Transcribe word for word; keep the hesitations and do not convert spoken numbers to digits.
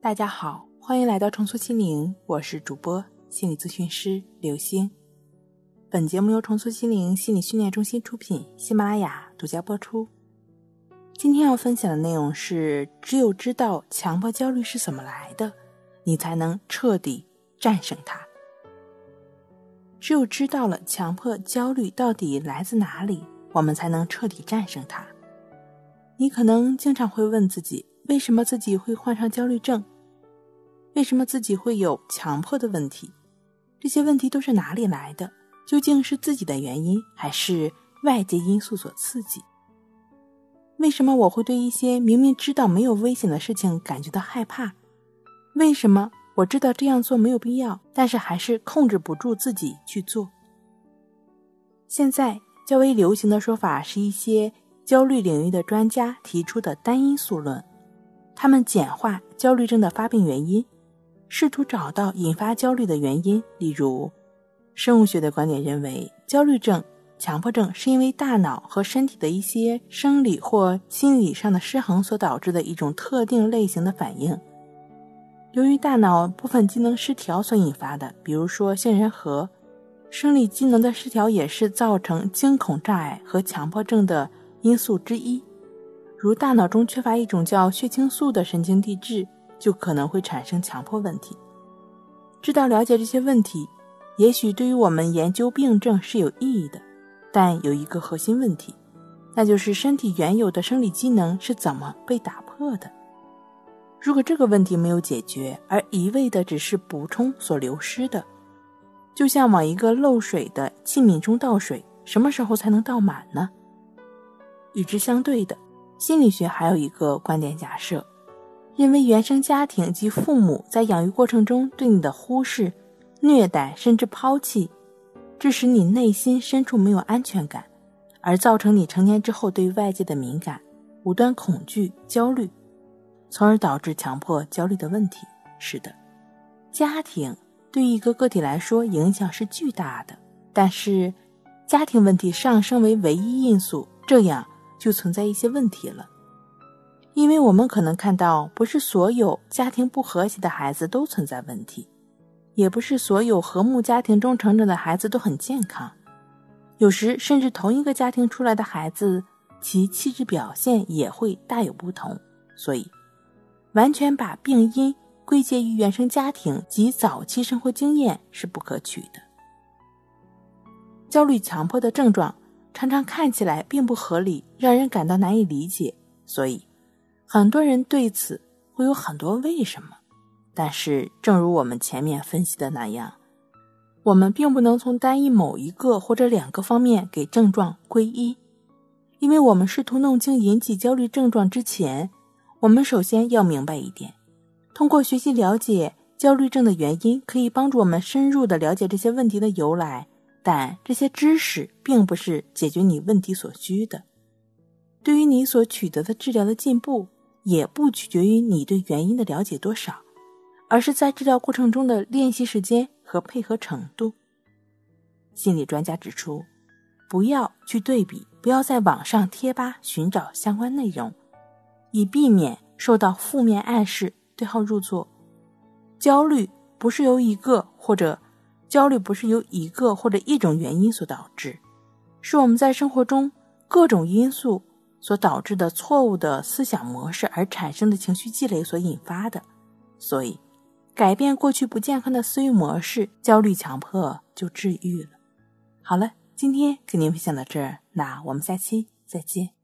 大家好，欢迎来到重塑心灵，我是主播心理咨询师刘星。本节目由重塑心灵心理训练中心出品，喜马拉雅独家播出。今天要分享的内容是，只有知道强迫焦虑是怎么来的，你才能彻底战胜它。只有知道了强迫焦虑到底来自哪里，我们才能彻底战胜它。你可能经常会问自己，为什么自己会患上焦虑症？为什么自己会有强迫的问题？这些问题都是哪里来的？究竟是自己的原因，还是外界因素所刺激？为什么我会对一些明明知道没有危险的事情感觉到害怕？为什么我知道这样做没有必要，但是还是控制不住自己去做？现在较为流行的说法是一些焦虑领域的专家提出的单因素论，他们简化焦虑症的发病原因，试图找到引发焦虑的原因。例如，生物学的观点认为，焦虑症、强迫症是因为大脑和身体的一些生理或心理上的失衡所导致的一种特定类型的反应，由于大脑部分机能失调所引发的，比如说杏仁核。生理机能的失调也是造成惊恐障碍和强迫症的因素之一，如大脑中缺乏一种叫血清素的神经递质，就可能会产生强迫问题。知道了解这些问题，也许对于我们研究病症是有意义的，但有一个核心问题，那就是身体原有的生理机能是怎么被打破的。如果这个问题没有解决，而一味的只是补充所流失的，就像往一个漏水的器皿中倒水，什么时候才能倒满呢？与之相对的，心理学还有一个观点假设，认为原生家庭及父母在养育过程中对你的忽视、虐待甚至抛弃，致使你内心深处没有安全感，而造成你成年之后对外界的敏感、无端恐惧、焦虑，从而导致强迫焦虑的问题。是的，家庭对于一个个体来说影响是巨大的，但是家庭问题上升为唯一因素，这样就存在一些问题了。因为我们可能看到，不是所有家庭不和谐的孩子都存在问题，也不是所有和睦家庭中成长的孩子都很健康，有时甚至同一个家庭出来的孩子，其气质表现也会大有不同。所以完全把病因归结于原生家庭及早期生活经验是不可取的。焦虑强迫的症状常常看起来并不合理，让人感到难以理解，所以很多人对此会有很多为什么。但是正如我们前面分析的那样，我们并不能从单一某一个或者两个方面给症状归一，因为我们试图弄清引起焦虑症状之前，我们首先要明白一点，通过学习了解焦虑症的原因，可以帮助我们深入地了解这些问题的由来，但这些知识并不是解决你问题所需的。对于你所取得的治疗的进步，也不取决于你对原因的了解多少，而是在治疗过程中的练习时间和配合程度。心理专家指出，不要去对比，不要在网上贴吧寻找相关内容，以避免受到负面暗示对号入座。焦虑不是由一个或者焦虑不是由一个或者一种原因所导致，是我们在生活中各种因素所导致的错误的思想模式而产生的情绪积累所引发的。所以改变过去不健康的思维模式，焦虑强迫就治愈了。好了，今天跟您分享到这儿，那我们下期再见。